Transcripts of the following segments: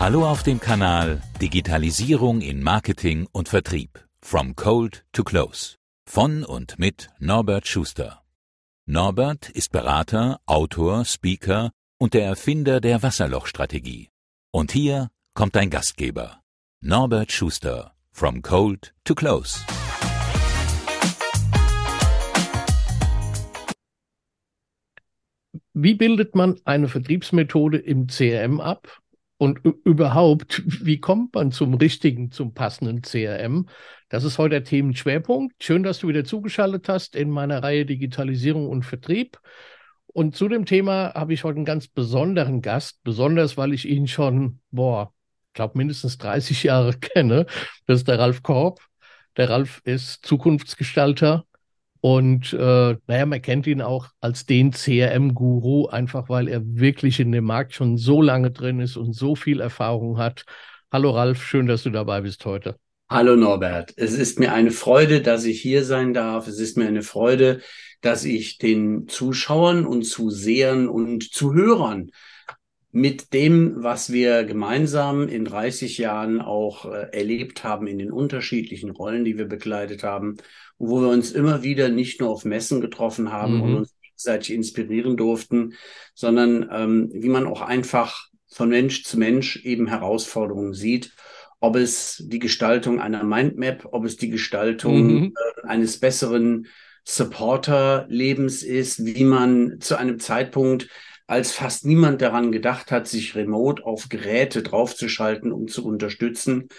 Hallo auf dem Kanal Digitalisierung in Marketing und Vertrieb. From Cold to Close. Von und mit Norbert Schuster. Norbert ist Berater, Autor, Speaker und der Erfinder der Wasserlochstrategie. Und hier kommt dein Gastgeber, Norbert Schuster. From Cold to Close. Wie bildet man eine Vertriebsmethode im CRM ab? Und überhaupt, wie kommt man zum passenden CRM? Das ist heute der Themenschwerpunkt. Schön, dass du wieder zugeschaltet hast in meiner Reihe Digitalisierung und Vertrieb. Und zu dem Thema habe ich heute einen ganz besonderen Gast, besonders weil ich ihn schon, ich glaube mindestens 30 Jahre kenne. Das ist der Ralf Korb. Der Ralf ist Zukunftsgestalter. Und man kennt ihn auch als den CRM-Guru, einfach weil er wirklich in dem Markt schon so lange drin ist und so viel Erfahrung hat. Hallo Ralf, schön, dass du dabei bist heute. Hallo Norbert, es ist mir eine Freude, dass ich hier sein darf. Es ist mir eine Freude, dass ich den Zuschauern und Zusehern und Zuhörern mit dem, was wir gemeinsam in 30 Jahren auch erlebt haben, in den unterschiedlichen Rollen, die wir bekleidet haben, wo wir uns immer wieder nicht nur auf Messen getroffen haben und uns gegenseitig inspirieren durften, sondern wie man auch einfach von Mensch zu Mensch eben Herausforderungen sieht. Ob es die Gestaltung einer Mindmap, ob es die Gestaltung eines besseren Supporter-Lebens ist, wie man zu einem Zeitpunkt, als fast niemand daran gedacht hat, sich remote auf Geräte draufzuschalten, um zu unterstützen,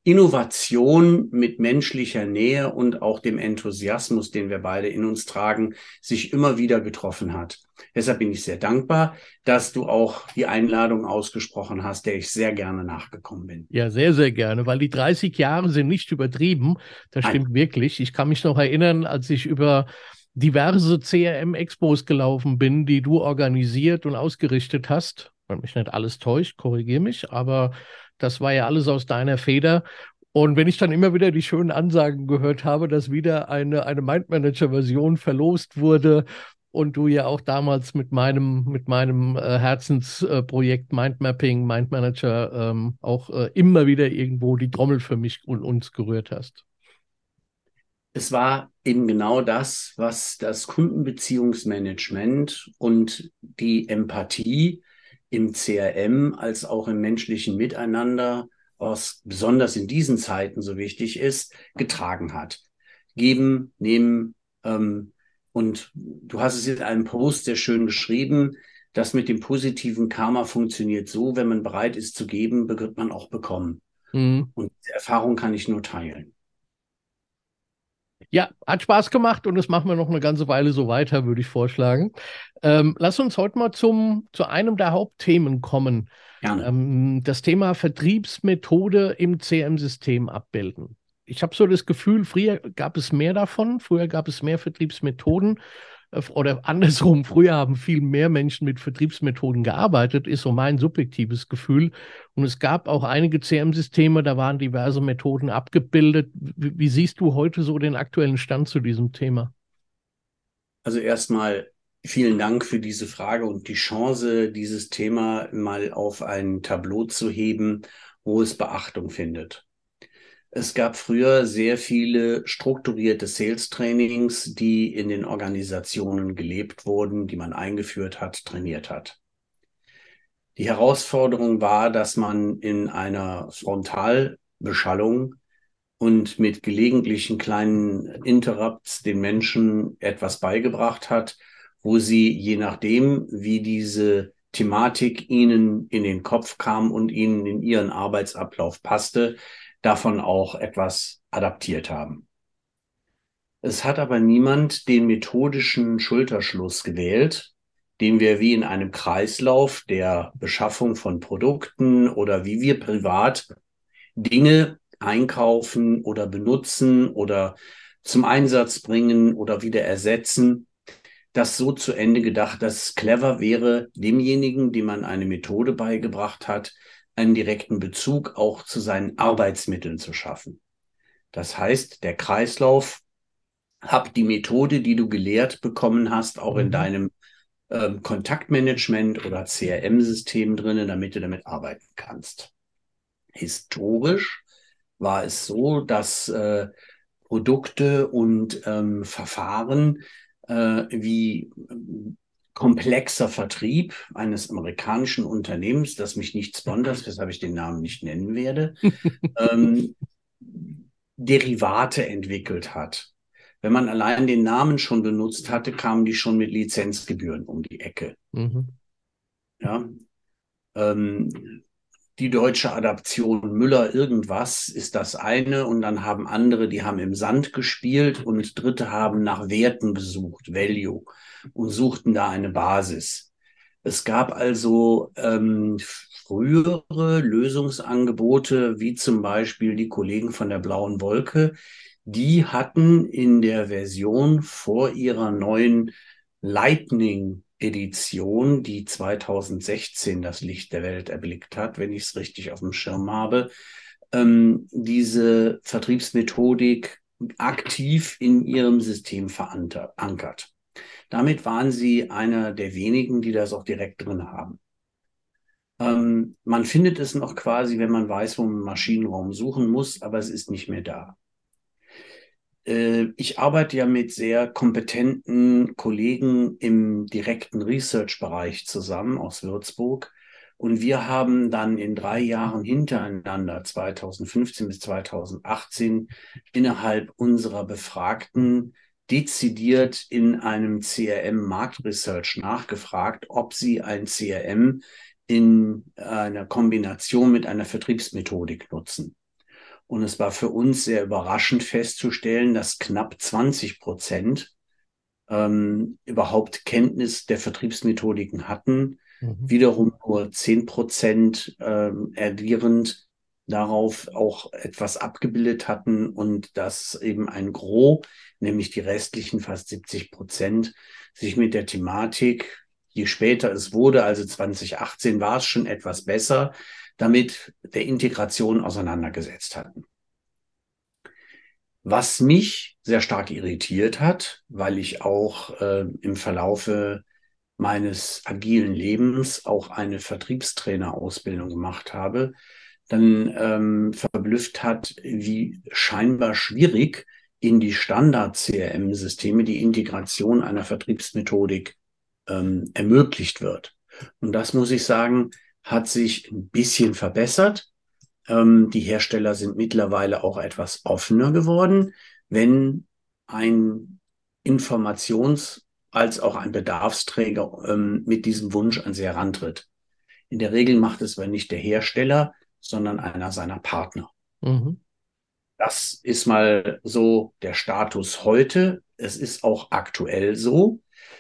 Innovation mit menschlicher Nähe und auch dem Enthusiasmus, den wir beide in uns tragen, sich immer wieder getroffen hat. Deshalb bin ich sehr dankbar, dass du auch die Einladung ausgesprochen hast, der ich sehr gerne nachgekommen bin. Ja, sehr, sehr gerne, weil die 30 Jahre sind nicht übertrieben. Das stimmt wirklich. Ich kann mich noch erinnern, als ich über diverse CRM-Expos gelaufen bin, die du organisiert und ausgerichtet hast. Wenn mich nicht alles täuscht, korrigiere mich, aber das war ja alles aus deiner Feder. Und wenn ich dann immer wieder die schönen Ansagen gehört habe, dass wieder eine Mindmanager-Version verlost wurde und du ja auch damals mit meinem Herzensprojekt Mindmapping, Mindmanager auch immer wieder irgendwo die Trommel für mich und uns gerührt hast. Es war eben genau das, was das Kundenbeziehungsmanagement und die Empathie im CRM als auch im menschlichen Miteinander, was besonders in diesen Zeiten so wichtig ist, getragen hat. Geben, nehmen. Und du hast es in einem Post sehr schön geschrieben, das mit dem positiven Karma funktioniert so, wenn man bereit ist zu geben, wird man auch bekommen. Und diese Erfahrung kann ich nur teilen. Ja, hat Spaß gemacht und das machen wir noch eine ganze Weile so weiter, würde ich vorschlagen. Lass uns heute mal zu einem der Hauptthemen kommen. Gerne. Das Thema Vertriebsmethode im CRM-System abbilden. Ich habe so das Gefühl, früher gab es mehr davon, früher gab es mehr Vertriebsmethoden oder andersrum, früher haben viel mehr Menschen mit Vertriebsmethoden gearbeitet, ist so mein subjektives Gefühl. Und es gab auch einige CRM-Systeme, da waren diverse Methoden abgebildet. Wie siehst du heute so den aktuellen Stand zu diesem Thema? Also erstmal vielen Dank für diese Frage und die Chance, dieses Thema mal auf ein Tableau zu heben, wo es Beachtung findet. Es gab früher sehr viele strukturierte Sales-Trainings, die in den Organisationen gelebt wurden, die man eingeführt hat, trainiert hat. Die Herausforderung war, dass man in einer Frontalbeschallung und mit gelegentlichen kleinen Interrupts den Menschen etwas beigebracht hat, wo sie, je nachdem, wie diese Thematik ihnen in den Kopf kam und ihnen in ihren Arbeitsablauf passte, davon auch etwas adaptiert haben. Es hat aber niemand den methodischen Schulterschluss gewählt, den wir wie in einem Kreislauf der Beschaffung von Produkten oder wie wir privat Dinge einkaufen oder benutzen oder zum Einsatz bringen oder wieder ersetzen, das so zu Ende gedacht, dass es clever wäre, demjenigen, dem man eine Methode beigebracht hat, einen direkten Bezug auch zu seinen Arbeitsmitteln zu schaffen. Das heißt, der Kreislauf, hab die Methode, die du gelehrt bekommen hast, auch in deinem Kontaktmanagement oder CRM-System drinnen, damit du damit arbeiten kannst. Historisch war es so, dass Produkte und Verfahren wie komplexer Vertrieb eines amerikanischen Unternehmens, das mich nicht sponsert, weshalb ich den Namen nicht nennen werde, ähm, Derivate entwickelt hat. Wenn man allein den Namen schon benutzt hatte, kamen die schon mit Lizenzgebühren um die Ecke. Mhm. Ja, die deutsche Adaption Müller irgendwas ist das eine und dann haben andere, die haben im Sand gespielt und Dritte haben nach Werten gesucht, Value, und suchten da eine Basis. Es gab also frühere Lösungsangebote, wie zum Beispiel die Kollegen von der Blauen Wolke, die hatten in der Version vor ihrer neuen Lightning-Edition, die 2016 das Licht der Welt erblickt hat, wenn ich es richtig auf dem Schirm habe, diese Vertriebsmethodik aktiv in ihrem System verankert. Damit waren sie einer der wenigen, die das auch direkt drin haben. Man findet es noch quasi, wenn man weiß, wo man im Maschinenraum suchen muss, aber es ist nicht mehr da. Ich arbeite ja mit sehr kompetenten Kollegen im direkten Research-Bereich zusammen aus Würzburg. Und wir haben dann in 3 Jahren hintereinander, 2015 bis 2018, innerhalb unserer Befragten dezidiert in einem CRM-Marktresearch nachgefragt, ob sie ein CRM in einer Kombination mit einer Vertriebsmethodik nutzen. Und es war für uns sehr überraschend festzustellen, dass knapp 20% überhaupt Kenntnis der Vertriebsmethodiken hatten. Wiederum nur 10% erdierend darauf auch etwas abgebildet hatten und dass eben ein Gros, nämlich die restlichen fast 70%, sich mit der Thematik, je später es wurde, also 2018 war es schon etwas besser, damit der Integration auseinandergesetzt hatten. Was mich sehr stark irritiert hat, weil ich auch im Verlaufe meines agilen Lebens auch eine Vertriebstrainerausbildung gemacht habe, dann verblüfft hat, wie scheinbar schwierig in die Standard-CRM-Systeme die Integration einer Vertriebsmethodik ermöglicht wird. Und das, muss ich sagen, hat sich ein bisschen verbessert. Die Hersteller sind mittlerweile auch etwas offener geworden, wenn ein Informations- als auch ein Bedarfsträger mit diesem Wunsch an sie herantritt. In der Regel macht es aber nicht der Hersteller, sondern einer seiner Partner. Mhm. Das ist mal so der Status heute. Es ist auch aktuell so.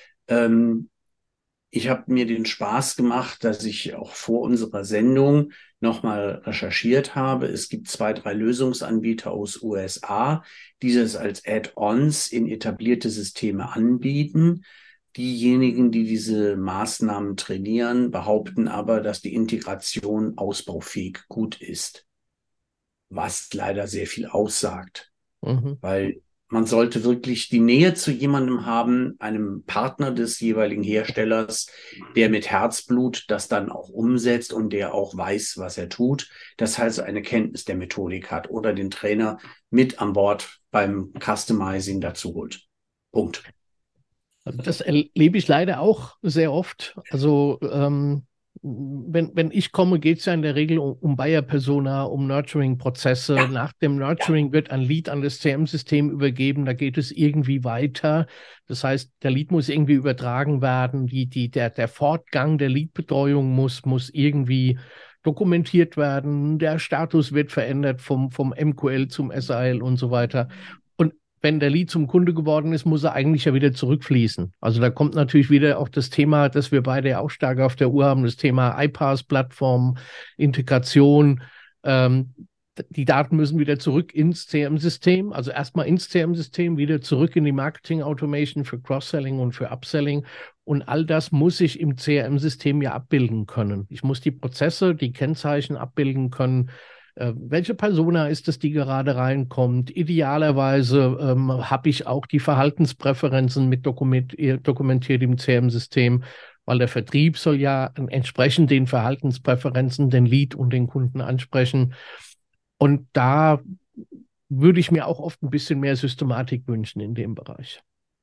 Ich habe mir den Spaß gemacht, dass ich auch vor unserer Sendung nochmal recherchiert habe. Es gibt 2, 3 Lösungsanbieter aus USA, die das als Add-ons in etablierte Systeme anbieten. Diejenigen, die diese Maßnahmen trainieren, behaupten aber, dass die Integration ausbaufähig gut ist, was leider sehr viel aussagt, weil man sollte wirklich die Nähe zu jemandem haben, einem Partner des jeweiligen Herstellers, der mit Herzblut das dann auch umsetzt und der auch weiß, was er tut. Das heißt, eine Kenntnis der Methodik hat oder den Trainer mit an Bord beim Customizing dazu holt. Punkt. Also das erlebe ich leider auch sehr oft. Also wenn ich komme, geht es ja in der Regel um Buyer-Persona, um Nurturing-Prozesse. Ja. Nach dem Nurturing wird ein Lead an das CRM-System übergeben, da geht es irgendwie weiter. Das heißt, der Lead muss irgendwie übertragen werden, der Fortgang der Lead-Betreuung muss irgendwie dokumentiert werden, der Status wird verändert vom MQL zum SAL und so weiter. Wenn der Lead zum Kunde geworden ist, muss er eigentlich ja wieder zurückfließen. Also da kommt natürlich wieder auch das Thema, das wir beide ja auch stark auf der Uhr haben, das Thema iPaaS-Plattform, Integration. Die Daten müssen wieder zurück ins CRM-System, also erstmal ins CRM-System, wieder zurück in die Marketing-Automation für Cross-Selling und für Upselling. Und all das muss ich im CRM-System ja abbilden können. Ich muss die Prozesse, die Kennzeichen abbilden können. Welche Persona ist es, die gerade reinkommt? Idealerweise habe ich auch die Verhaltenspräferenzen mit dokumentiert im CRM-System. weil der Vertrieb soll ja entsprechend den Verhaltenspräferenzen den Lead und den Kunden ansprechen. Und da würde ich mir auch oft ein bisschen mehr Systematik wünschen in dem Bereich.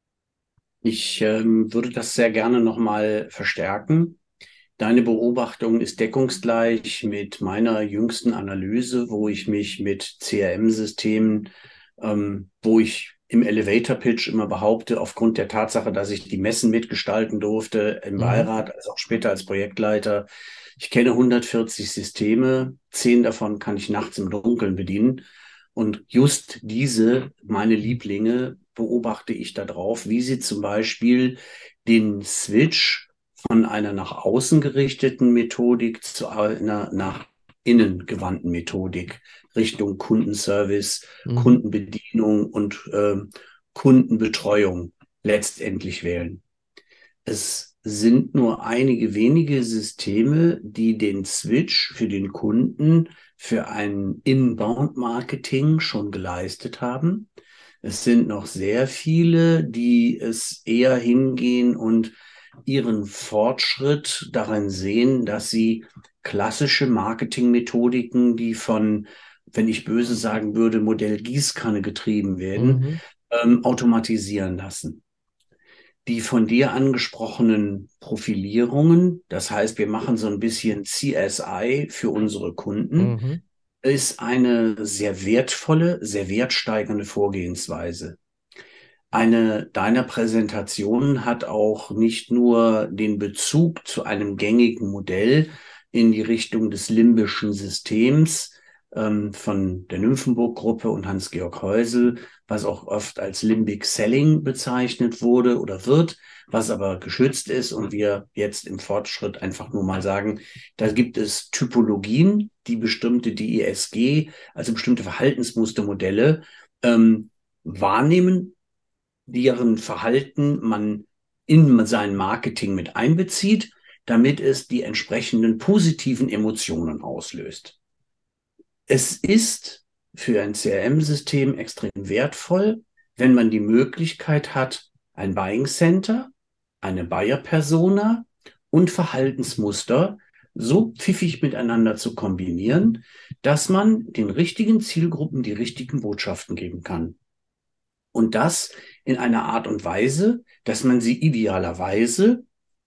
Ich würde das sehr gerne nochmal verstärken. Deine Beobachtung ist deckungsgleich mit meiner jüngsten Analyse, wo ich mich mit CRM-Systemen, wo ich im Elevator Pitch immer behaupte, aufgrund der Tatsache, dass ich die Messen mitgestalten durfte, im Beirat, als auch später als Projektleiter. Ich kenne 140 Systeme, 10 davon kann ich nachts im Dunkeln bedienen. Und just diese, meine Lieblinge, beobachte ich da drauf, wie sie zum Beispiel den Switch von einer nach außen gerichteten Methodik zu einer nach innen gewandten Methodik Richtung Kundenservice, Kundenbedienung und Kundenbetreuung letztendlich wählen. Es sind nur einige wenige Systeme, die den Switch für den Kunden für ein Inbound-Marketing schon geleistet haben. Es sind noch sehr viele, die es eher hingehen und ihren Fortschritt darin sehen, dass sie klassische Marketingmethodiken, die von, wenn ich böse sagen würde, Modell Gießkanne getrieben werden, automatisieren lassen. Die von dir angesprochenen Profilierungen, das heißt, wir machen so ein bisschen CSI für unsere Kunden, ist eine sehr wertvolle, sehr wertsteigernde Vorgehensweise. Eine deiner Präsentationen hat auch nicht nur den Bezug zu einem gängigen Modell in die Richtung des limbischen Systems von der Nymphenburg-Gruppe und Hans-Georg Heusel, was auch oft als Limbic Selling bezeichnet wurde oder wird, was aber geschützt ist und wir jetzt im Fortschritt einfach nur mal sagen, da gibt es Typologien, die bestimmte DISG, also bestimmte Verhaltensmustermodelle wahrnehmen, deren Verhalten man in sein Marketing mit einbezieht, damit es die entsprechenden positiven Emotionen auslöst. Es ist für ein CRM-System extrem wertvoll, wenn man die Möglichkeit hat, ein Buying Center, eine Buyer-Persona und Verhaltensmuster so pfiffig miteinander zu kombinieren, dass man den richtigen Zielgruppen die richtigen Botschaften geben kann. Und das in einer Art und Weise, dass man sie idealerweise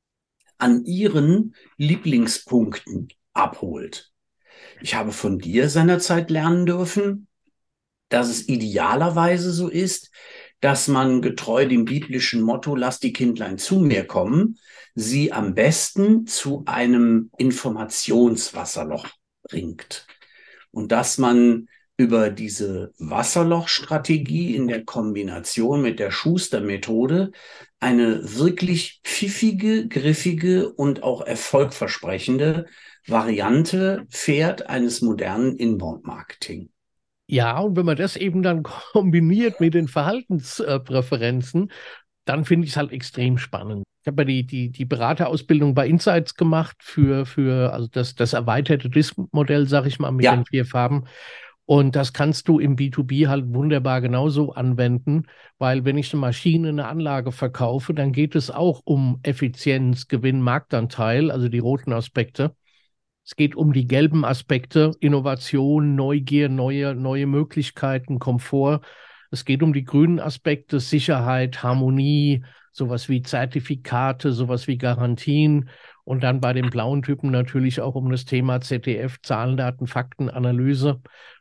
an ihren Lieblingspunkten abholt. Ich habe von dir seinerzeit lernen dürfen, dass es idealerweise so ist, dass man getreu dem biblischen Motto, lass die Kindlein zu mir kommen, sie am besten zu einem Informationswasserloch bringt. Und dass man über diese Wasserlochstrategie in der Kombination mit der Schuster-Methode eine wirklich pfiffige, griffige und auch erfolgversprechende Variante fährt eines modernen Inbound-Marketing. Ja, und wenn man das eben dann kombiniert mit den Verhaltenspräferenzen, dann finde ich es halt extrem spannend. Ich habe ja die Beraterausbildung bei Insights gemacht für also das erweiterte Disk-Modell, sag ich mal, mit den 4 Farben. Und das kannst du im B2B halt wunderbar genauso anwenden, weil wenn ich eine Maschine, eine Anlage verkaufe, dann geht es auch um Effizienz, Gewinn, Marktanteil, also die roten Aspekte. Es geht um die gelben Aspekte, Innovation, Neugier, neue Möglichkeiten, Komfort. Es geht um die grünen Aspekte, Sicherheit, Harmonie, sowas wie Zertifikate, sowas wie Garantien. Und dann bei den blauen Typen natürlich auch um das Thema ZDF, Zahlen, Daten, Fakten, Analyse.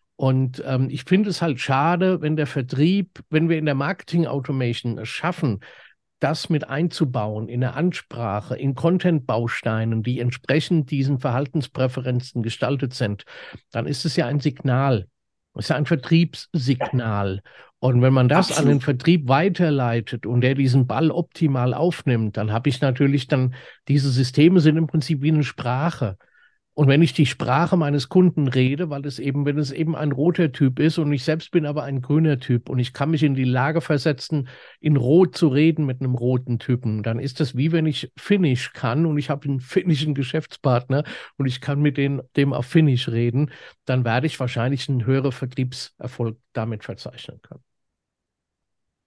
Und ich finde es halt schade, wenn der Vertrieb, wenn wir in der Marketing Automation es schaffen, das mit einzubauen in der Ansprache, in Content-Bausteinen, die entsprechend diesen Verhaltenspräferenzen gestaltet sind, dann ist es ja ein Signal. Es ist ja ein Vertriebssignal. Und wenn man das an den Vertrieb weiterleitet und der diesen Ball optimal aufnimmt, dann habe ich natürlich dann, diese Systeme sind im Prinzip wie eine Sprache. Und wenn ich die Sprache meines Kunden rede, wenn es eben ein roter Typ ist und ich selbst bin aber ein grüner Typ und ich kann mich in die Lage versetzen, in Rot zu reden mit einem roten Typen, dann ist das wie wenn ich Finnisch kann und ich habe einen finnischen Geschäftspartner und ich kann mit dem auf Finnisch reden, dann werde ich wahrscheinlich einen höheren Vertriebserfolg damit verzeichnen können.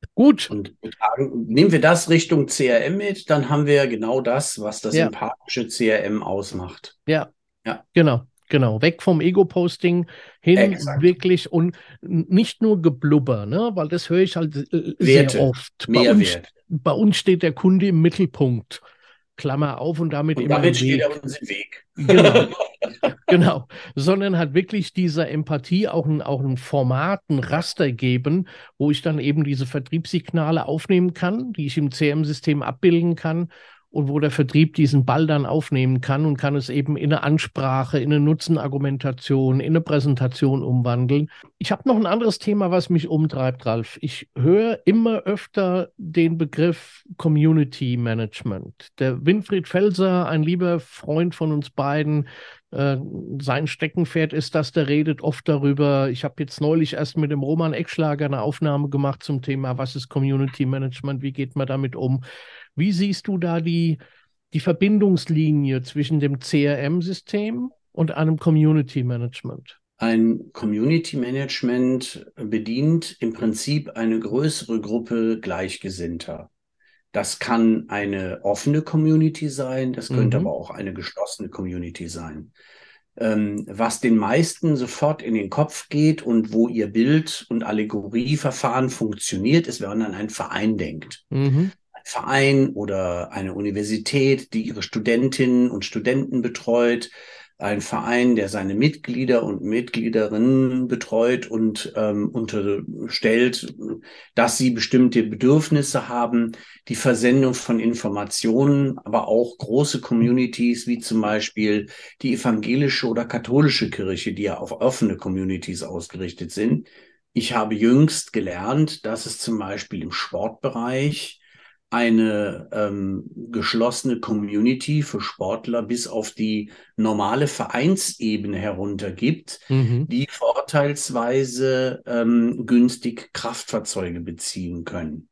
Gut. Und nehmen wir das Richtung CRM mit, dann haben wir genau das, was das Ja, empathische CRM ausmacht. ja, Ja, genau. Genau, weg vom Ego-Posting hin exakt. wirklich und nicht nur Geblubber, ne? Weil das höre ich halt sehr Werte, oft. Mehrwert. Bei uns steht der Kunde im Mittelpunkt. Klammer auf und damit Und immer damit im steht er Weg. uns im Weg. Genau, genau. Sondern hat wirklich dieser Empathie auch ein Format, ein Raster geben, wo ich dann eben diese Vertriebssignale aufnehmen kann, die ich im CRM-System abbilden kann und wo der Vertrieb diesen Ball dann aufnehmen kann und kann es eben in eine Ansprache, in eine Nutzenargumentation, in eine Präsentation umwandeln. Ich habe noch ein anderes Thema, was mich umtreibt, Ralf. Ich höre immer öfter den Begriff Community Management. Der Winfried Felser, ein lieber Freund von uns beiden, äh, sein Steckenpferd ist das, der redet oft darüber. Ich habe jetzt neulich erst mit dem Roman Eckschlager eine Aufnahme gemacht zum Thema, was ist Community Management, wie geht man damit um? Wie siehst du da die Verbindungslinie zwischen dem CRM-System und einem Community Management? Ein Community Management bedient im Prinzip eine größere Gruppe Gleichgesinnter. Das kann eine offene Community sein, das könnte aber Mhm. auch eine geschlossene Community sein. Was den meisten sofort in den Kopf geht und wo ihr Bild- und Allegorieverfahren funktioniert, ist, wenn man an einen Verein denkt. Mhm. Ein Verein oder eine Universität, die ihre Studentinnen und Studenten betreut, ein Verein, der seine Mitglieder und Mitgliederinnen betreut und unterstellt, dass sie bestimmte Bedürfnisse haben, die Versendung von Informationen, aber auch große Communities wie zum Beispiel die evangelische oder katholische Kirche, die ja auf offene Communities ausgerichtet sind. Ich habe jüngst gelernt, dass es zum Beispiel im Sportbereich eine geschlossene Community für Sportler bis auf die normale Vereinsebene herunter gibt, Mhm. die vorteilsweise günstig Kraftfahrzeuge beziehen können.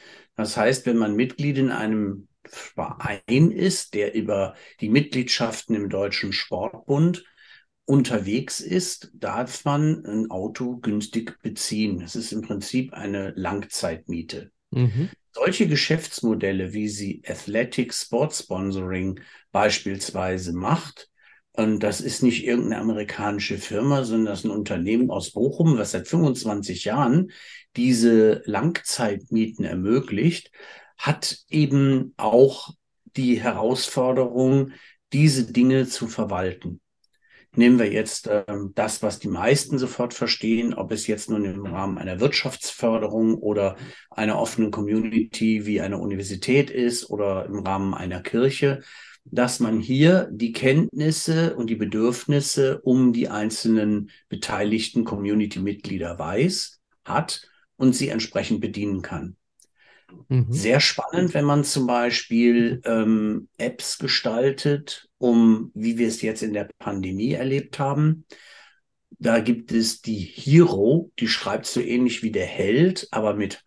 Das heißt, wenn man Mitglied in einem Verein ist, der über die Mitgliedschaften im Deutschen Sportbund unterwegs ist, darf man ein Auto günstig beziehen. Es ist im Prinzip eine Langzeitmiete. Mhm. Solche Geschäftsmodelle, wie sie Athletic Sports Sponsoring beispielsweise macht, und das ist nicht irgendeine amerikanische Firma, sondern das ist ein Unternehmen aus Bochum, was seit 25 Jahren diese Langzeitmieten ermöglicht, hat eben auch die Herausforderung, diese Dinge zu verwalten. Nehmen wir jetzt das, was die meisten sofort verstehen, ob es jetzt nun im Rahmen einer Wirtschaftsförderung oder einer offenen Community wie einer Universität ist oder im Rahmen einer Kirche, dass man hier die Kenntnisse und die Bedürfnisse um die einzelnen beteiligten Community-Mitglieder weiß, hat und sie entsprechend bedienen kann. Mhm. Sehr spannend, wenn man zum Beispiel Apps gestaltet, um, wie wir es jetzt in der Pandemie erlebt haben. Da gibt es die Hero, die schreibt so ähnlich wie der Held, aber mit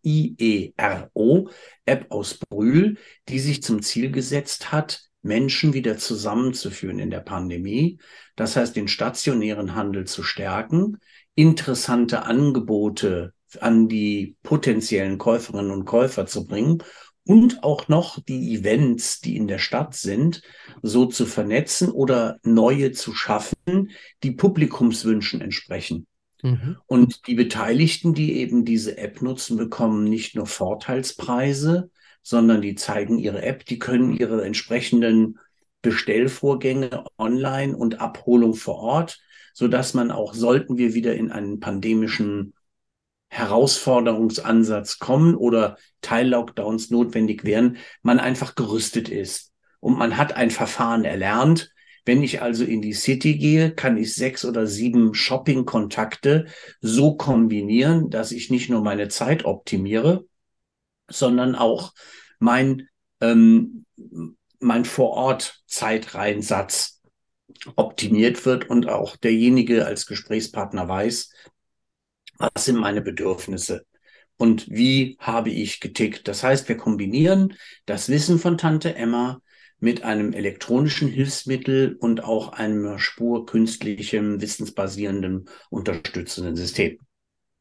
Hiero, App aus Brühl, die sich zum Ziel gesetzt hat, Menschen wieder zusammenzuführen in der Pandemie. Das heißt, den stationären Handel zu stärken, interessante Angebote an die potenziellen Käuferinnen und Käufer zu bringen und auch noch die Events, die in der Stadt sind, so zu vernetzen oder neue zu schaffen, die Publikumswünschen entsprechen. Mhm. Und die Beteiligten, die eben diese App nutzen, bekommen nicht nur Vorteilspreise, sondern die zeigen ihre App, die können ihre entsprechenden Bestellvorgänge online und Abholung vor Ort, sodass man auch, sollten wir wieder in einen pandemischen Herausforderungsansatz kommen oder Teil-Lockdowns notwendig wären, man einfach gerüstet ist. Und man hat ein Verfahren erlernt. Wenn ich also in die City gehe, kann ich 6 oder 7 Shopping-Kontakte so kombinieren, dass ich nicht nur meine Zeit optimiere, sondern auch mein, ähm, mein Vor-Ort-Zeitreinsatz optimiert wird und auch derjenige als Gesprächspartner weiß, was sind meine Bedürfnisse und wie habe ich getickt. Das heißt, wir kombinieren das Wissen von Tante Emma mit einem elektronischen Hilfsmittel und auch einem spurkünstlichem, wissensbasierenden, unterstützenden System.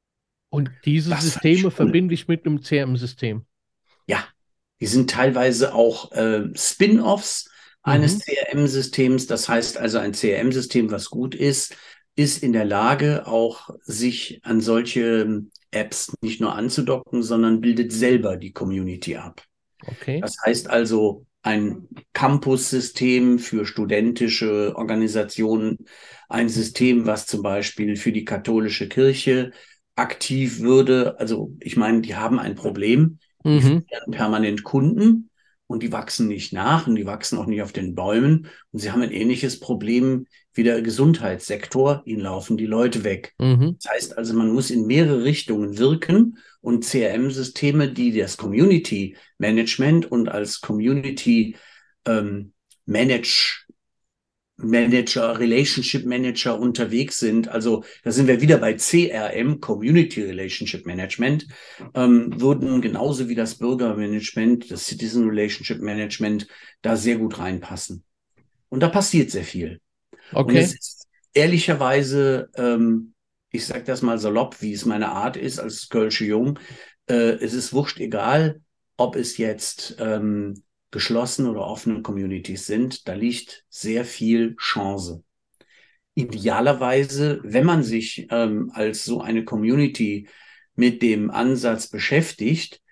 Und diese Das fand ich Systeme cool. verbinde ich mit einem CRM-System. Ja, die sind teilweise auch Spin-offs eines Mhm. CRM-Systems. Das heißt also, ein CRM-System, was gut ist in der Lage, auch sich an solche Apps nicht nur anzudocken, sondern bildet selber die Community ab. Okay. Das heißt also, ein Campus-System für studentische Organisationen, ein System, was zum Beispiel für die katholische Kirche aktiv würde. Also ich meine, die haben ein Problem. Die Mhm. verlieren permanent Kunden und die wachsen nicht nach und die wachsen auch nicht auf den Bäumen. Und sie haben ein ähnliches Problem wie der Gesundheitssektor. Ihnen laufen die Leute weg. Mhm. Das heißt also, man muss in mehrere Richtungen wirken und CRM-Systeme, die das Community Management und als Community ähm, Manage, Manager, Relationship Manager unterwegs sind. Also da sind wir wieder bei CRM, Community Relationship Management, würden genauso wie das Bürgermanagement, das Citizen Relationship Management da sehr gut reinpassen. Und da passiert sehr viel. Und es Okay. ist ehrlicherweise, ich sage das mal salopp, wie es meine Art ist als Kölsche Jung, es ist wurscht egal, ob es jetzt geschlossene oder offene Communities sind. Da liegt sehr viel Chance. Idealerweise, wenn man sich als so eine Community mit dem Ansatz beschäftigt,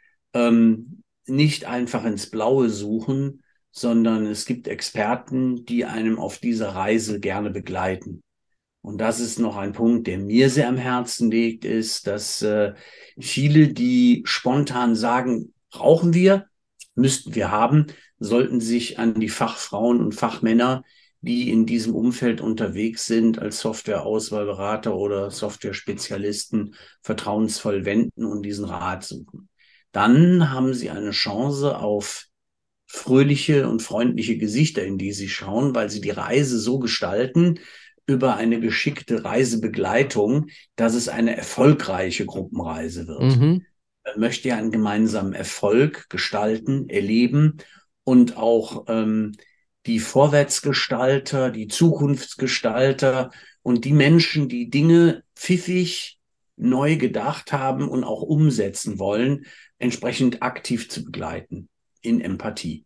nicht einfach ins Blaue suchen, sondern es gibt Experten, die einem auf dieser Reise gerne begleiten. Und das ist noch ein Punkt, der mir sehr am Herzen liegt, ist, dass viele, die spontan sagen, brauchen wir, müssten wir haben, sollten sich an die Fachfrauen und Fachmänner, die in diesem Umfeld unterwegs sind, als Softwareauswahlberater oder Software-Spezialisten vertrauensvoll wenden und diesen Rat suchen. Dann haben sie eine Chance auf fröhliche und freundliche Gesichter, in die sie schauen, weil sie die Reise so gestalten über eine geschickte Reisebegleitung, dass es eine erfolgreiche Gruppenreise wird. Mhm. Man möchte ja einen gemeinsamen Erfolg gestalten, erleben und auch die Vorwärtsgestalter, die Zukunftsgestalter und die Menschen, die Dinge pfiffig neu gedacht haben und auch umsetzen wollen, entsprechend aktiv zu begleiten in Empathie.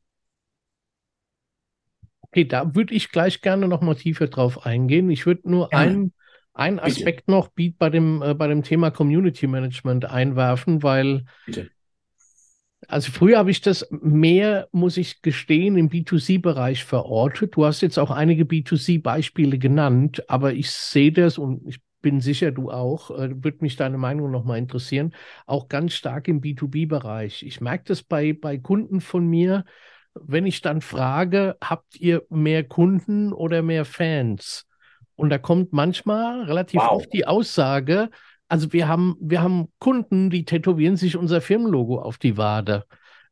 Okay, da würde ich gleich gerne noch mal tiefer drauf eingehen. Ich würde nur Gerne, einen bitte, Aspekt noch bei dem Thema Community Management einwerfen, weil bitte. also früher habe ich das mehr, muss ich gestehen, im B2C-Bereich verortet. Du hast jetzt auch einige B2C-Beispiele genannt, aber ich sehe das und ich bin sicher, du auch, würde mich deine Meinung nochmal interessieren, auch ganz stark im B2B-Bereich. Ich merke das bei Kunden von mir, wenn ich dann frage, habt ihr mehr Kunden oder mehr Fans? Und da kommt manchmal relativ Wow. oft die Aussage, also wir haben Kunden, die tätowieren sich unser Firmenlogo auf die Wade.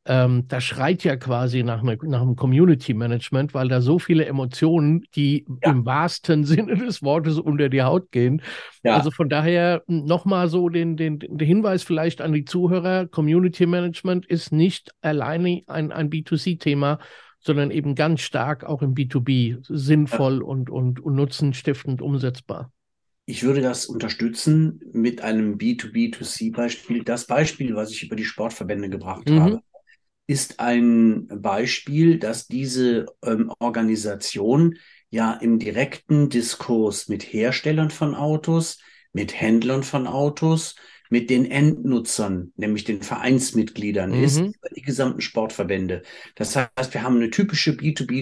Das schreit ja quasi nach einem Community Management, weil da so viele Emotionen, die Ja, im wahrsten Sinne des Wortes unter die Haut gehen. Also ja. von daher nochmal so den Hinweis vielleicht an die Zuhörer, Community Management ist nicht alleine ein B2C-Thema, sondern eben ganz stark auch im B2B sinnvoll und nutzenstiftend umsetzbar. Ich würde das unterstützen mit einem B2B2C-Beispiel. Das Beispiel, was ich über die Sportverbände gebracht Mhm, habe, ist ein Beispiel, dass diese Organisation ja im direkten Diskurs mit Herstellern von Autos, mit Händlern von Autos, mit den Endnutzern, nämlich den Vereinsmitgliedern ist, mhm, über die gesamten Sportverbände. Das heißt, wir haben eine typische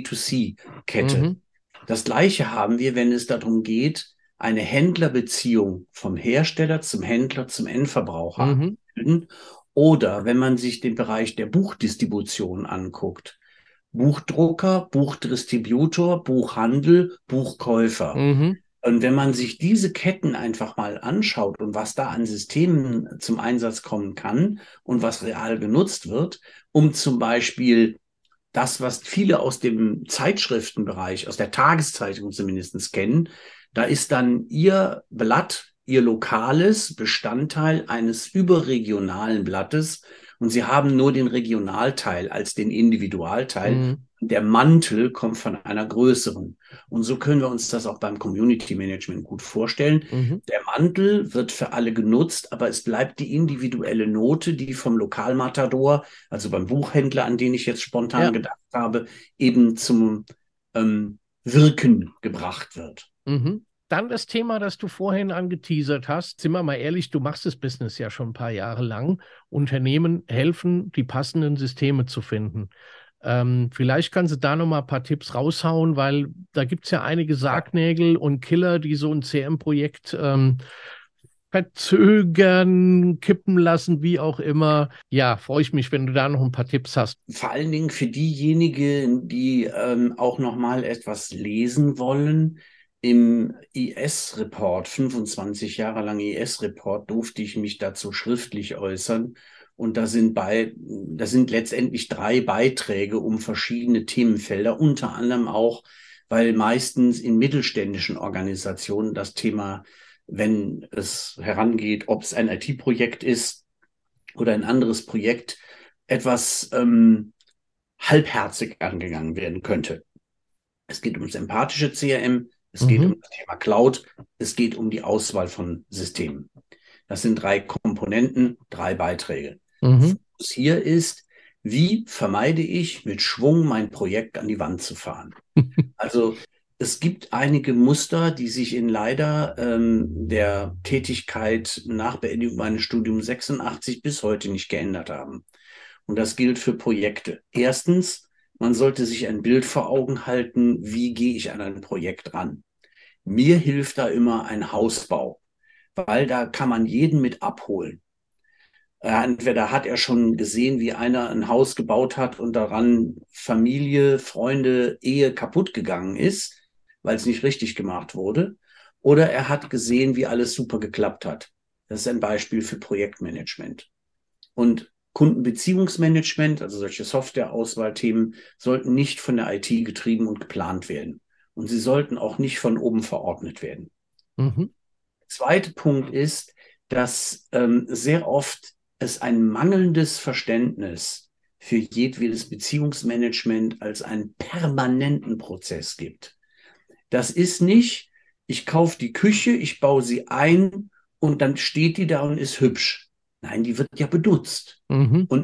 B2B2C-Kette. mhm, Das Gleiche haben wir, wenn es darum geht, eine Händlerbeziehung vom Hersteller zum Händler zum Endverbraucher mhm, abzubilden. Oder wenn man sich den Bereich der Buchdistribution anguckt, Buchdrucker, Buchdistributor, Buchhandel, Buchkäufer. mhm, Und wenn man sich diese Ketten einfach mal anschaut und was da an Systemen zum Einsatz kommen kann und was real genutzt wird, um zum Beispiel das, was viele aus dem Zeitschriftenbereich, aus der Tageszeitung zumindest kennen, da ist dann Ihr Blatt, Ihr lokales Bestandteil eines überregionalen Blattes und Sie haben nur den Regionalteil als den Individualteil. mhm. Der Mantel kommt von einer größeren. Und so können wir uns das auch beim Community Management gut vorstellen. Mhm. Der Mantel wird für alle genutzt, aber es bleibt die individuelle Note, die vom Lokalmatador, also beim Buchhändler, an den ich jetzt spontan Ja. gedacht habe, eben zum Wirken gebracht wird. Mhm. Dann das Thema, das du vorhin angeteasert hast. Sind wir mal ehrlich, du machst das Business ja schon ein paar Jahre lang. Unternehmen helfen, die passenden Systeme zu finden. Vielleicht kannst du da noch mal ein paar Tipps raushauen, weil da gibt es ja einige Sargnägel und Killer, die so ein CM-Projekt verzögern, kippen lassen, wie auch immer. Ja, freue ich mich, wenn du da noch ein paar Tipps hast. Vor allen Dingen für diejenigen, die auch noch mal etwas lesen wollen. Im IS-Report, 25 Jahre lang IS-Report, durfte ich mich dazu schriftlich äußern. Und da sind letztendlich 3 Beiträge um verschiedene Themenfelder, unter anderem auch, weil meistens in mittelständischen Organisationen das Thema, wenn es herangeht, ob es ein IT-Projekt ist oder ein anderes Projekt, etwas halbherzig angegangen werden könnte. Es geht ums empathische CRM, es geht um das Thema Cloud, es geht um die Auswahl von Systemen. Das sind 3 Komponenten, 3 Beiträge. Mhm. Fokus hier ist, wie vermeide ich mit Schwung mein Projekt an die Wand zu fahren? Also es gibt einige Muster, die sich in leider der Tätigkeit nach Beendigung meines Studiums 86 bis heute nicht geändert haben. Und das gilt für Projekte. Erstens, man sollte sich ein Bild vor Augen halten, wie gehe ich an ein Projekt ran. Mir hilft da immer ein Hausbau, weil da kann man jeden mit abholen. Entweder hat er schon gesehen, wie einer ein Haus gebaut hat und daran Familie, Freunde, Ehe kaputt gegangen ist, weil es nicht richtig gemacht wurde, oder er hat gesehen, wie alles super geklappt hat. Das ist ein Beispiel für Projektmanagement. Und Kundenbeziehungsmanagement, also solche Softwareauswahlthemen, sollten nicht von der IT getrieben und geplant werden. Und sie sollten auch nicht von oben verordnet werden. Mhm. Zweiter Punkt ist, dass sehr oft es ein mangelndes Verständnis für jedwedes Beziehungsmanagement als einen permanenten Prozess gibt. Das ist nicht, ich kaufe die Küche, ich baue sie ein und dann steht die da und ist hübsch. Nein, die wird ja benutzt. Mhm. Und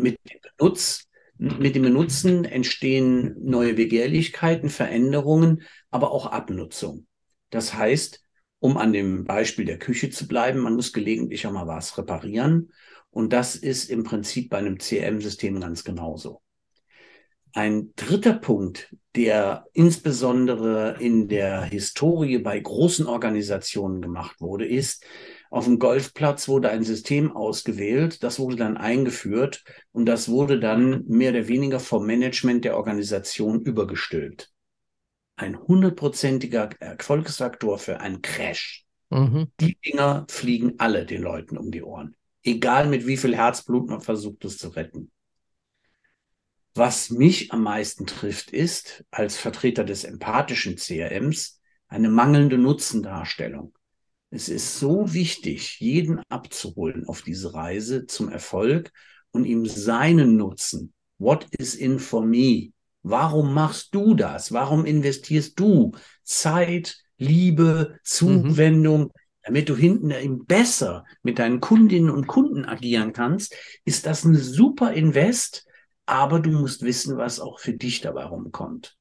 mit dem Benutzen entstehen neue Begehrlichkeiten, Veränderungen, aber auch Abnutzung. Das heißt, um an dem Beispiel der Küche zu bleiben, man muss gelegentlich auch mal was reparieren. Und das ist im Prinzip bei einem CRM-System ganz genauso. Ein dritter Punkt, der insbesondere in der Historie bei großen Organisationen gemacht wurde, ist, auf dem Golfplatz wurde ein System ausgewählt, das wurde dann eingeführt und das wurde dann mehr oder weniger vom Management der Organisation übergestülpt. Ein 100%iger Erfolgsfaktor für einen Crash. Mhm. Die Dinger fliegen alle den Leuten um die Ohren. Egal mit wie viel Herzblut man versucht, es zu retten. Was mich am meisten trifft, ist, als Vertreter des empathischen CRMs, eine mangelnde Nutzendarstellung. Es ist so wichtig, jeden abzuholen auf diese Reise zum Erfolg und ihm seinen Nutzen. What is in for me? Warum machst du das? Warum investierst du Zeit, Liebe, Zuwendung, damit du hinten eben besser mit deinen Kundinnen und Kunden agieren kannst? Ist das ein super Invest? Aber du musst wissen, was auch für dich dabei rumkommt.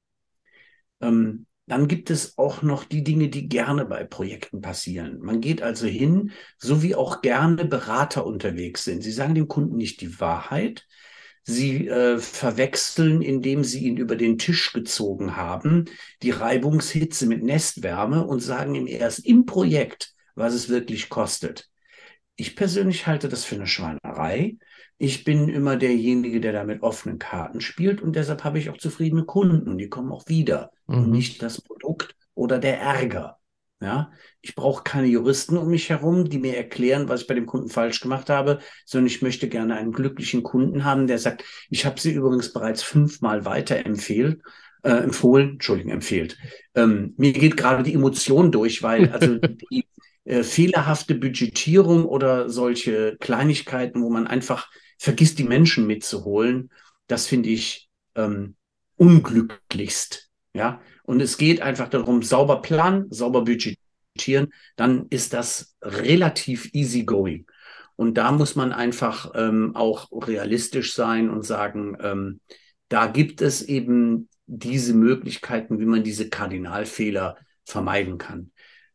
Dann gibt es auch noch die Dinge, die gerne bei Projekten passieren. Man geht also hin, so wie auch gerne Berater unterwegs sind. Sie sagen dem Kunden nicht die Wahrheit. Sie verwechseln, indem sie ihn über den Tisch gezogen haben, die Reibungshitze mit Nestwärme und sagen ihm erst im Projekt, was es wirklich kostet. Ich persönlich halte das für eine Schweinerei. Ich bin immer derjenige, der da mit offenen Karten spielt und deshalb habe ich auch zufriedene Kunden. Die kommen auch wieder und nicht das Produkt oder der Ärger. Ja, ich brauche keine Juristen um mich herum, die mir erklären, was ich bei dem Kunden falsch gemacht habe, sondern ich möchte gerne einen glücklichen Kunden haben, der sagt, ich habe sie übrigens bereits 5-mal weiterempfohlen. Empfiehlt. Mir geht gerade die Emotion durch, weil also die fehlerhafte Budgetierung oder solche Kleinigkeiten, wo man einfach vergisst, die Menschen mitzuholen, das finde ich unglücklichst. Ja, und es geht einfach darum, sauber planen, sauber budgetieren, dann ist das relativ easy going. Und da muss man einfach auch realistisch sein und sagen, da gibt es eben diese Möglichkeiten, wie man diese Kardinalfehler vermeiden kann.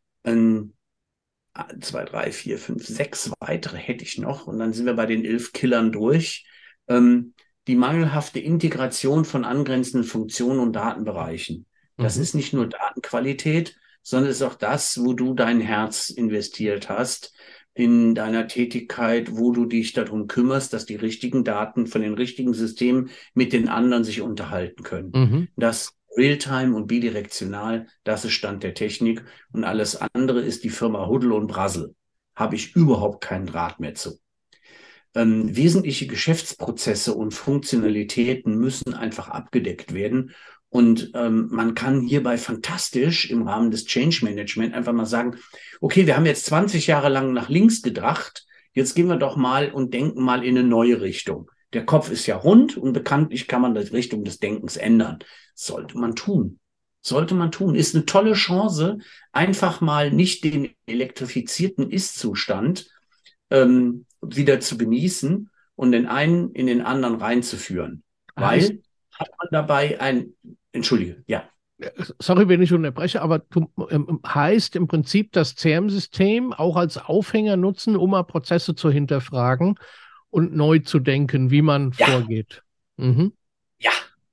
2, 3, 4, 5, 6 weitere hätte ich noch und dann sind wir bei den 11 Killern durch. Die mangelhafte Integration von angrenzenden Funktionen und Datenbereichen. Das ist nicht nur Datenqualität, sondern ist auch das, wo du dein Herz investiert hast in deiner Tätigkeit, wo du dich darum kümmerst, dass die richtigen Daten von den richtigen Systemen mit den anderen sich unterhalten können. Das Realtime und bidirektional, das ist Stand der Technik und alles andere ist die Firma Huddle und Brazzle. Habe ich überhaupt keinen Draht mehr zu. Wesentliche Geschäftsprozesse und Funktionalitäten müssen einfach abgedeckt werden. Und man kann hierbei fantastisch im Rahmen des Change Management einfach mal sagen, okay, wir haben jetzt 20 Jahre lang nach links gedacht, jetzt gehen wir doch mal und denken mal in eine neue Richtung. Der Kopf ist ja rund und bekanntlich kann man die Richtung des Denkens ändern. Sollte man tun. Sollte man tun. Ist eine tolle Chance, einfach mal nicht den elektrifizierten Ist-Zustand wieder zu genießen und den einen in den anderen reinzuführen. Weil hat man dabei Entschuldige, ja. Sorry, wenn ich unterbreche, aber heißt im Prinzip das CRM-System auch als Aufhänger nutzen, um mal Prozesse zu hinterfragen und neu zu denken, wie man vorgeht. Ja,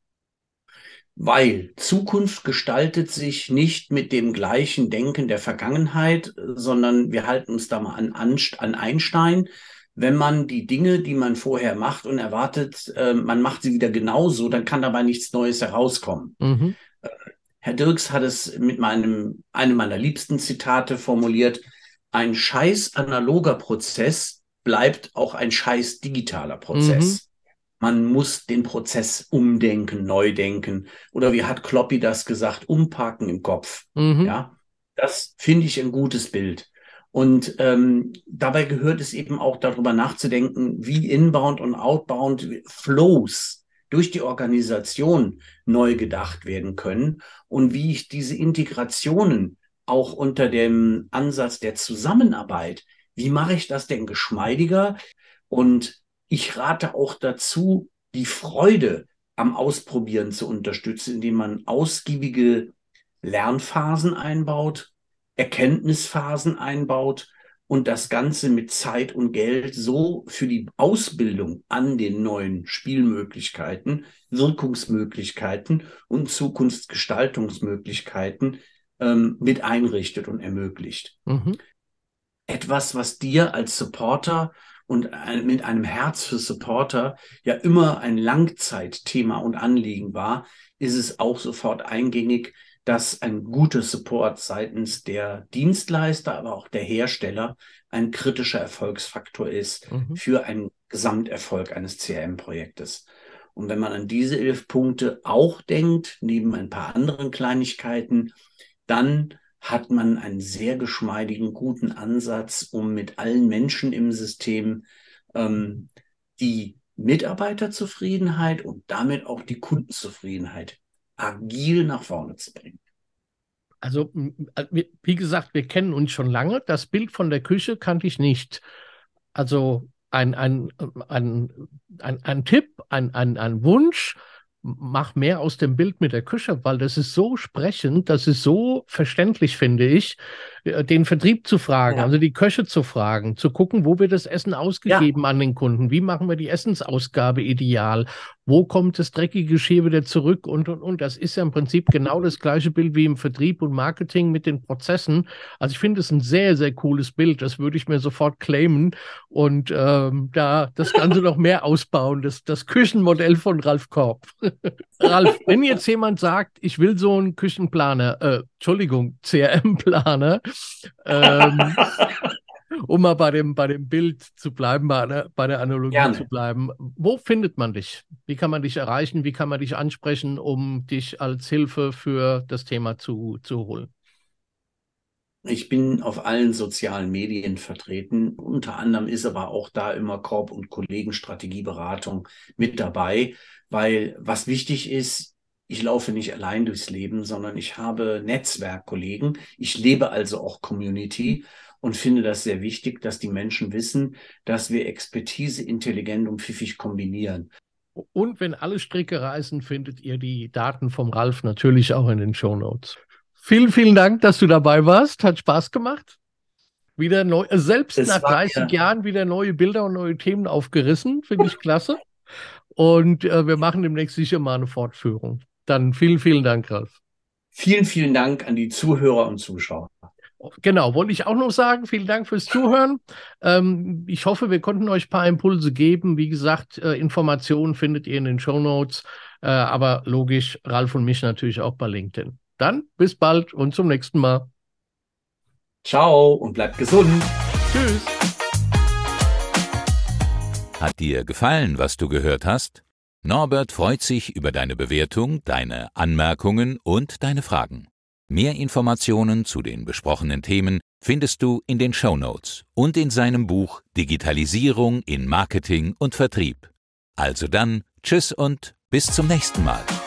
weil Zukunft gestaltet sich nicht mit dem gleichen Denken der Vergangenheit, sondern wir halten uns da mal an Einstein. Wenn man die Dinge, die man vorher macht und erwartet, man macht sie wieder genauso, dann kann dabei nichts Neues herauskommen. Herr Dirks hat es mit einem meiner liebsten Zitate formuliert: Ein scheiß analoger Prozess bleibt auch ein scheiß digitaler Prozess. Man muss den Prozess umdenken, neu denken. Oder wie hat Kloppy das gesagt? Umparken im Kopf. Ja, das finde ich ein gutes Bild. Und dabei gehört es eben auch darüber nachzudenken, wie Inbound und Outbound Flows durch die Organisation neu gedacht werden können und wie ich diese Integrationen auch unter dem Ansatz der Zusammenarbeit, wie mache ich das denn geschmeidiger? Und ich rate auch dazu, die Freude am Ausprobieren zu unterstützen, indem man ausgiebige Lernphasen einbaut, Erkenntnisphasen einbaut und das Ganze mit Zeit und Geld so für die Ausbildung an den neuen Spielmöglichkeiten, Wirkungsmöglichkeiten und Zukunftsgestaltungsmöglichkeiten mit einrichtet und ermöglicht. Etwas, was dir als Supporter und mit einem Herz für Supporter ja immer ein Langzeitthema und Anliegen war, ist es auch sofort eingängig, dass ein guter Support seitens der Dienstleister, aber auch der Hersteller ein kritischer Erfolgsfaktor ist für einen Gesamterfolg eines CRM-Projektes. Und wenn man an diese 11 Punkte auch denkt, neben ein paar anderen Kleinigkeiten, dann hat man einen sehr geschmeidigen, guten Ansatz, um mit allen Menschen im System die Mitarbeiterzufriedenheit und damit auch die Kundenzufriedenheit agil nach vorne zu bringen. Also, wie gesagt, wir kennen uns schon lange. Das Bild von der Küche kannte ich nicht. Also ein Tipp, ein Wunsch, mach mehr aus dem Bild mit der Küche, weil das ist so sprechend, das ist so verständlich, finde ich, den Vertrieb zu fragen, also die Köche zu fragen, zu gucken, wo wird das Essen ausgegeben an den Kunden, wie machen wir die Essensausgabe ideal, wo kommt das dreckige Geschirr wieder zurück und. Das ist ja im Prinzip genau das gleiche Bild wie im Vertrieb und Marketing mit den Prozessen. Also ich finde es ein sehr, sehr cooles Bild, das würde ich mir sofort claimen und da das Ganze noch mehr ausbauen, das Küchenmodell von Ralf Korb. Ralf, wenn jetzt jemand sagt, ich will so einen Küchenplaner, CRM-Planer, um mal bei dem Bild zu bleiben, bei der Analogie zu bleiben, wo findet man dich? Wie kann man dich erreichen? Wie kann man dich ansprechen, um dich als Hilfe für das Thema zu holen? Ich bin auf allen sozialen Medien vertreten. Unter anderem ist aber auch da immer Korb und Kollegen Strategieberatung mit dabei, weil was wichtig ist, ich laufe nicht allein durchs Leben, sondern ich habe Netzwerkkollegen. Ich lebe also auch Community und finde das sehr wichtig, dass die Menschen wissen, dass wir Expertise intelligent und pfiffig kombinieren. Und wenn alle Stricke reißen, findet ihr die Daten vom Ralf natürlich auch in den Shownotes. Vielen, vielen Dank, dass du dabei warst. Hat Spaß gemacht. Wieder neu, selbst nach 30 Jahren wieder neue Bilder und neue Themen aufgerissen. Finde ich klasse. Und wir machen demnächst sicher mal eine Fortführung. Dann vielen, vielen Dank, Ralf. Vielen, vielen Dank an die Zuhörer und Zuschauer. Genau, wollte ich auch noch sagen. Vielen Dank fürs Zuhören. Ich hoffe, wir konnten euch ein paar Impulse geben. Wie gesagt, Informationen findet ihr in den Shownotes. Aber logisch, Ralf und mich natürlich auch bei LinkedIn. Dann bis bald und zum nächsten Mal. Ciao und bleibt gesund. Tschüss. Hat dir gefallen, was du gehört hast? Norbert freut sich über deine Bewertung, deine Anmerkungen und deine Fragen. Mehr Informationen zu den besprochenen Themen findest du in den Shownotes und in seinem Buch Digitalisierung in Marketing und Vertrieb. Also dann, tschüss und bis zum nächsten Mal.